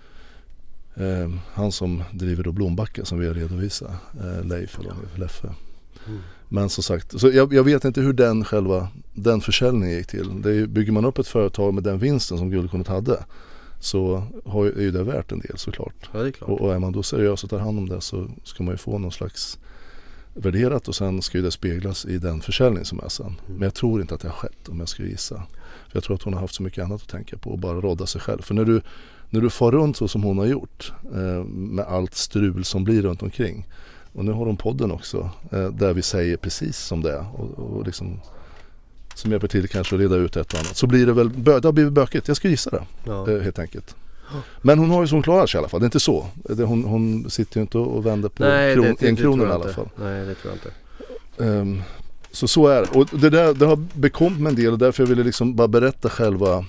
Han som driver då Blombacka som vi har redovisat, Leif eller Leffe. Men som sagt, så jag vet inte hur den försäljningen gick till. Bygger man upp ett företag med den vinsten som Guldkornet hade, så är ju det värt en del såklart. Ja, det är klart. Och är man då seriös och tar hand om det, så ska man ju få någon slags värderat, och sen ska ju det speglas i den försäljning som är sen. Men jag tror inte att det har skett, om jag skulle gissa. För jag tror att hon har haft så mycket annat att tänka på och bara råda sig själv. För när du far runt så som hon har gjort, med allt strul som blir runt omkring, och nu har hon podden också, där vi säger precis som det är och liksom, som hjälper till kanske att reda ut ett och annat, så blir det väl det har blivit bökigt, jag ska gissa det, helt enkelt. Men hon har ju som klarar sig i alla fall, det är inte så. Hon sitter ju inte och vänder på en krona i alla fall. Nej, det tror jag inte. Så är det. Och det har bekommit med en del, och därför jag ville liksom bara berätta själva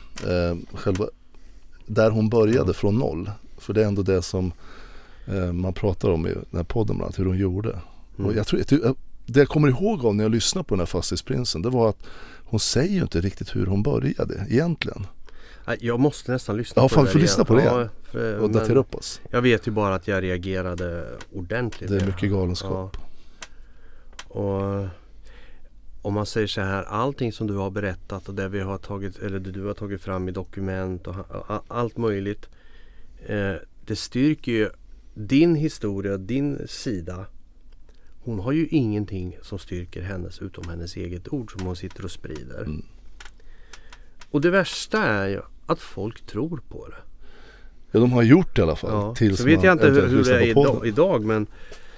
där hon började från noll. För det är ändå det som man pratar om i den här podden, bland annat, hur hon gjorde. Och jag tror, det jag kommer ihåg av när jag lyssnade på den här Fastighetsprinsen, det var att hon säger ju inte riktigt hur hon började egentligen. Jag måste nästan lyssna på det. Ja, fan, får lyssna på det och datera upp oss. Jag vet ju bara att jag reagerade ordentligt. Det är mycket galenskap. Ja. Och om man säger så här, allting som du har berättat och det vi har tagit, eller det du har tagit fram i dokument och allt möjligt, det styrker ju din historia, din sida. Hon har ju ingenting som styrker hennes utom hennes eget ord som hon sitter och sprider. Och det värsta är ju att folk tror på det. Ja, de har gjort det i alla fall. Ja, tills så vet jag inte hur det är idag, men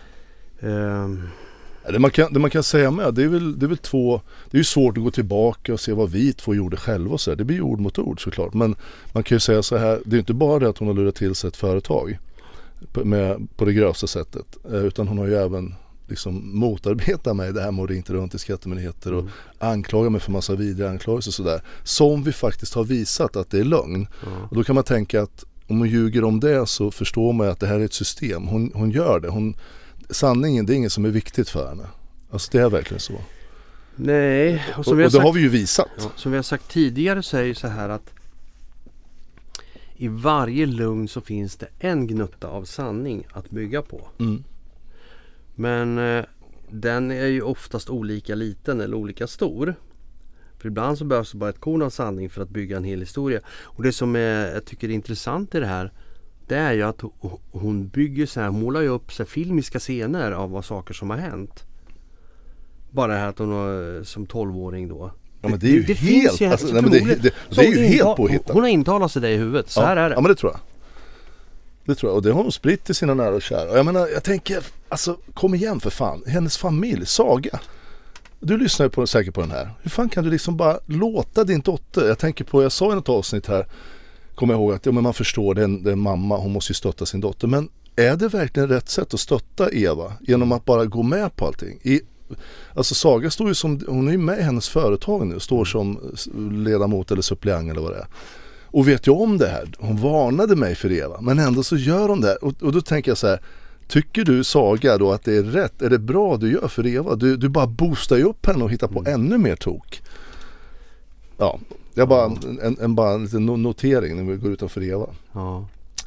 det man kan säga med, det är väl två, det är ju svårt att gå tillbaka och se vad vi två gjorde själva och så här. Det blir ju ord mot ord såklart, men man kan ju säga så här, det är inte bara det att hon har lurat till sig ett företag på det grövsta sättet, utan hon har ju även liksom motarbetat mig, det här med att ringa runt i skattemyndigheter och anklaga mig för massa vidriga anklagelser och sådär, som vi faktiskt har visat att det är lögn. Och då kan man tänka att om hon ljuger om det, så förstår man att det här är ett system. Hon gör det. Sanningen, det är inget som är viktigt för henne. Alltså det är verkligen så. Nej. Och det har vi ju visat. Ja, som vi har sagt tidigare, så är det så här att i varje lugn så finns det en gnutta av sanning att bygga på. Men den är ju oftast olika liten eller olika stor. För ibland så behövs det bara ett korn av sanning för att bygga en hel historia. Och det som jag tycker är intressant i det här, det är ju att hon bygger så här, målar ju upp så här filmiska scener av vad saker som har hänt. Bara det här att hon har, som 12-åring då. Ja, men det är ju helt, alltså, nej, men det är ju helt påhittat. Hon har intalat sig det i huvudet, så här är det. Ja, men det tror jag. Det tror jag, och det har hon spritt till sina nära och kära. Och jag menar, jag tänker, alltså kom igen för fan, hennes familj, Saga. Du lyssnar ju säkert på den här. Hur fan kan du liksom bara låta din dotter, jag tänker på, jag sa i något avsnitt här, kommer jag ihåg att men man förstår, det är en mamma, hon måste ju stötta sin dotter, men är det verkligen rätt sätt att stötta Eva genom att bara gå med på allting? Alltså Saga står ju som, hon är ju med i hennes företag nu, står som ledamot eller suppleant eller vad det är. Och vet jag om det här, hon varnade mig för Eva, men ändå så gör hon det. Och då tänker jag så här, tycker du Saga då att det är rätt? Är det bra du gör för Eva? Du bara boostar ju upp henne och hittar på ännu mer tok. Ja, jag bara en liten notering när vi går utanför Eva. Ja.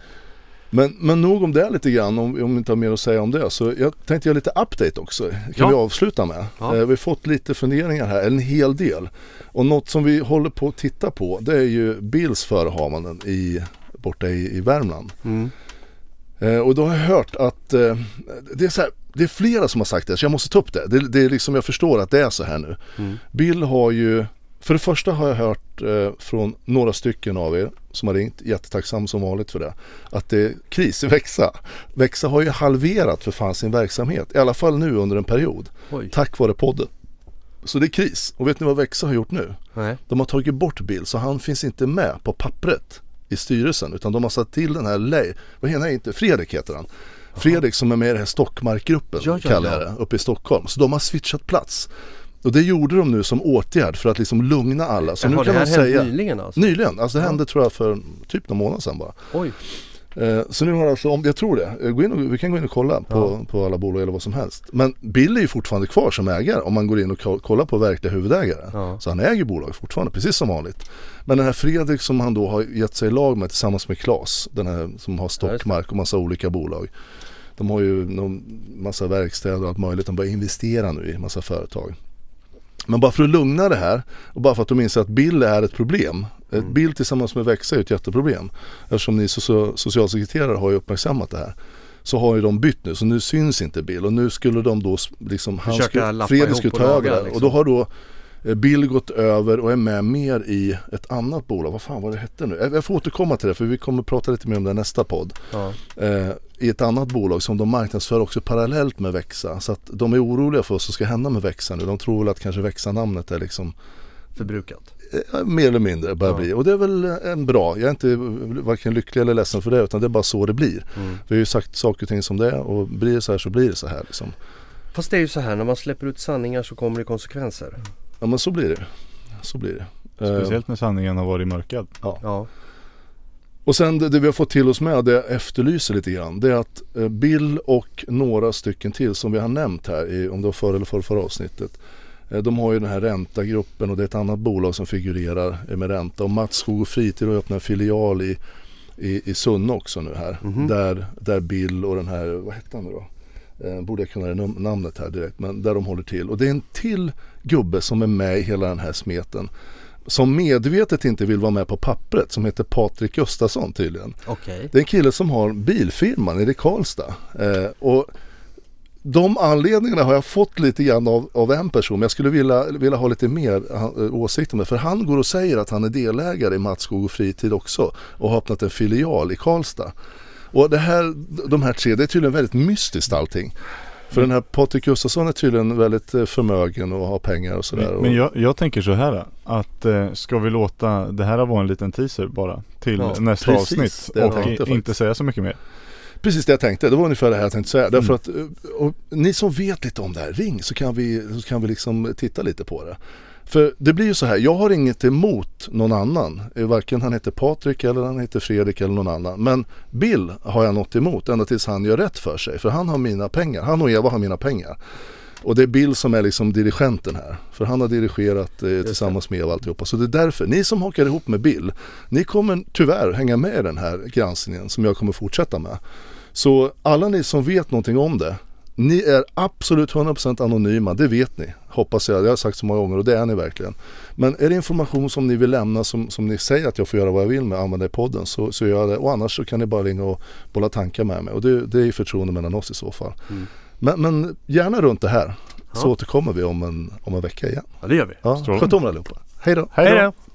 Men nog om det lite grann, om vi inte har mer att säga om det. Så jag tänkte göra lite update också. Kan vi avsluta med? Ja. Vi har fått lite funderingar här, en hel del. Och något som vi håller på att titta på, det är ju Bills förehavanden borta i Värmland. Och då har jag hört att det är så här, det är flera som har sagt det, så jag måste ta upp det. Det är liksom, jag förstår att det är så här nu. Bill har ju, för det första har jag hört från några stycken av er som har ringt, jättetacksam som vanligt för det, att det är kris i Växa. Växa har ju halverat för fan sin verksamhet, i alla fall nu under en period. Oj. Tack vare podden. Så det är kris. Och vet ni vad Växa har gjort nu? Nej. De har tagit bort Bill, så han finns inte med på pappret i styrelsen, utan de har satt till den här Fredrik heter han. Fredrik som är med i den här Stockmarkgruppen kallar jag det, uppe i Stockholm. Så de har switchat plats. Och det gjorde de nu som åtgärd för att liksom lugna alla. Så nu kan de säga nyligen alltså? Nyligen, alltså det hände tror jag för typ någon månad sedan bara. Oj. Så nu har alltså, om jag tror det, vi kan gå in och kolla på alla bolag eller vad som helst. Men Bill är ju fortfarande kvar som ägare om man går in och kollar på verkliga huvudägare. Ja. Så han äger bolag fortfarande, precis som vanligt. Men den här Fredrik som han då har gett sig i lag med tillsammans med Claes, den här som har Stockmark och massa olika bolag. De har ju massa verkstäder och allt möjligt, de börjar investera nu i massa företag. Men bara för att lugna det här och bara för att de inser att Bill är ett problem. Ett Bill tillsammans med Växa är ett jätteproblem. Eftersom ni socialsekreterare har ju uppmärksammat det här. Så har ju de bytt nu. Så nu syns inte Bill. Och nu skulle de då liksom, Fredrik skulle ta över det. Liksom. Och då har då Bill gått över och är med mer i ett annat bolag. Vad fan var det hette nu? Jag får återkomma till det för vi kommer prata lite mer om det nästa podd. Ja. I ett annat bolag som de marknadsför också parallellt med Växa. Så att de är oroliga för vad som ska hända med Växa nu. De tror väl att kanske Växa-namnet är liksom förbrukat. Mer eller mindre börjar bli. Och det är väl en bra. Jag är inte varken lycklig eller ledsen för det, utan det är bara så det blir. Vi har ju sagt saker och ting som det är, och blir det så här så blir det så här liksom. Fast det är ju så här, när man släpper ut sanningar så kommer det konsekvenser. Ja, men så blir det. Så blir det. Speciellt när sanningen har varit mörkad. Ja. Och sen det vi har fått till oss med, det jag efterlyser lite grann, det är att Bill och några stycken till som vi har nämnt här om det var förra eller förra avsnittet, de har ju den här Ränta-gruppen och det är ett annat bolag som figurerar med ränta, och Mats Skog och Fritid har öppnat en filial i Sunne också nu här, där Bill och den här, vad heter han nu då? Borde jag kunna namnet här direkt, men där de håller till. Och det är en till gubbe som är med i hela den här smeten, som medvetet inte vill vara med på pappret, som heter Patrik Gustafsson tydligen. Okay. Det är en kille som har bilfirman i Karlstad. Och de anledningarna har jag fått lite grann av en person, men jag skulle vilja ha lite mer åsikter med, för han går och säger att han är delägare i Mats Skog och Fritid också och har öppnat en filial i Karlstad. Och de här tre, det är tydligen väldigt mystiskt allting. För den här Patrik Gustafsson är tydligen väldigt förmögen och har pengar och sådär. Men jag tänker så här, att ska vi låta det här vara en liten teaser bara till nästa avsnitt och inte säga så mycket mer. Precis det jag tänkte, det var ungefär det här jag tänkte säga. Därför att och ni som vet lite om det här, ring så kan vi liksom titta lite på det. För det blir ju så här, jag har inget emot någon annan. Varken han heter Patrik eller han heter Fredrik eller någon annan. Men Bill har jag något emot ända tills han gör rätt för sig. För han har mina pengar, han och Eva har mina pengar. Och det är Bill som är liksom dirigenten här. För han har dirigerat tillsammans med Eva alltihopa. Så det är därför, ni som hakar ihop med Bill, ni kommer tyvärr hänga med i den här granskningen som jag kommer fortsätta med. Så alla ni som vet någonting om det, ni är absolut 100% anonyma, det vet ni. Hoppas jag har sagt så många gånger, och det är ni verkligen. Men är det information som ni vill lämna, som ni säger att jag får göra vad jag vill med, använda i podden, så gör jag det. Och annars så kan ni bara ringa och bolla tankar med mig. Och det är ju förtroende mellan oss i så fall. Men gärna runt det här, så återkommer vi om en vecka igen. Ja, det gör vi. Sköt om det allihopa. Hej då. Hej då.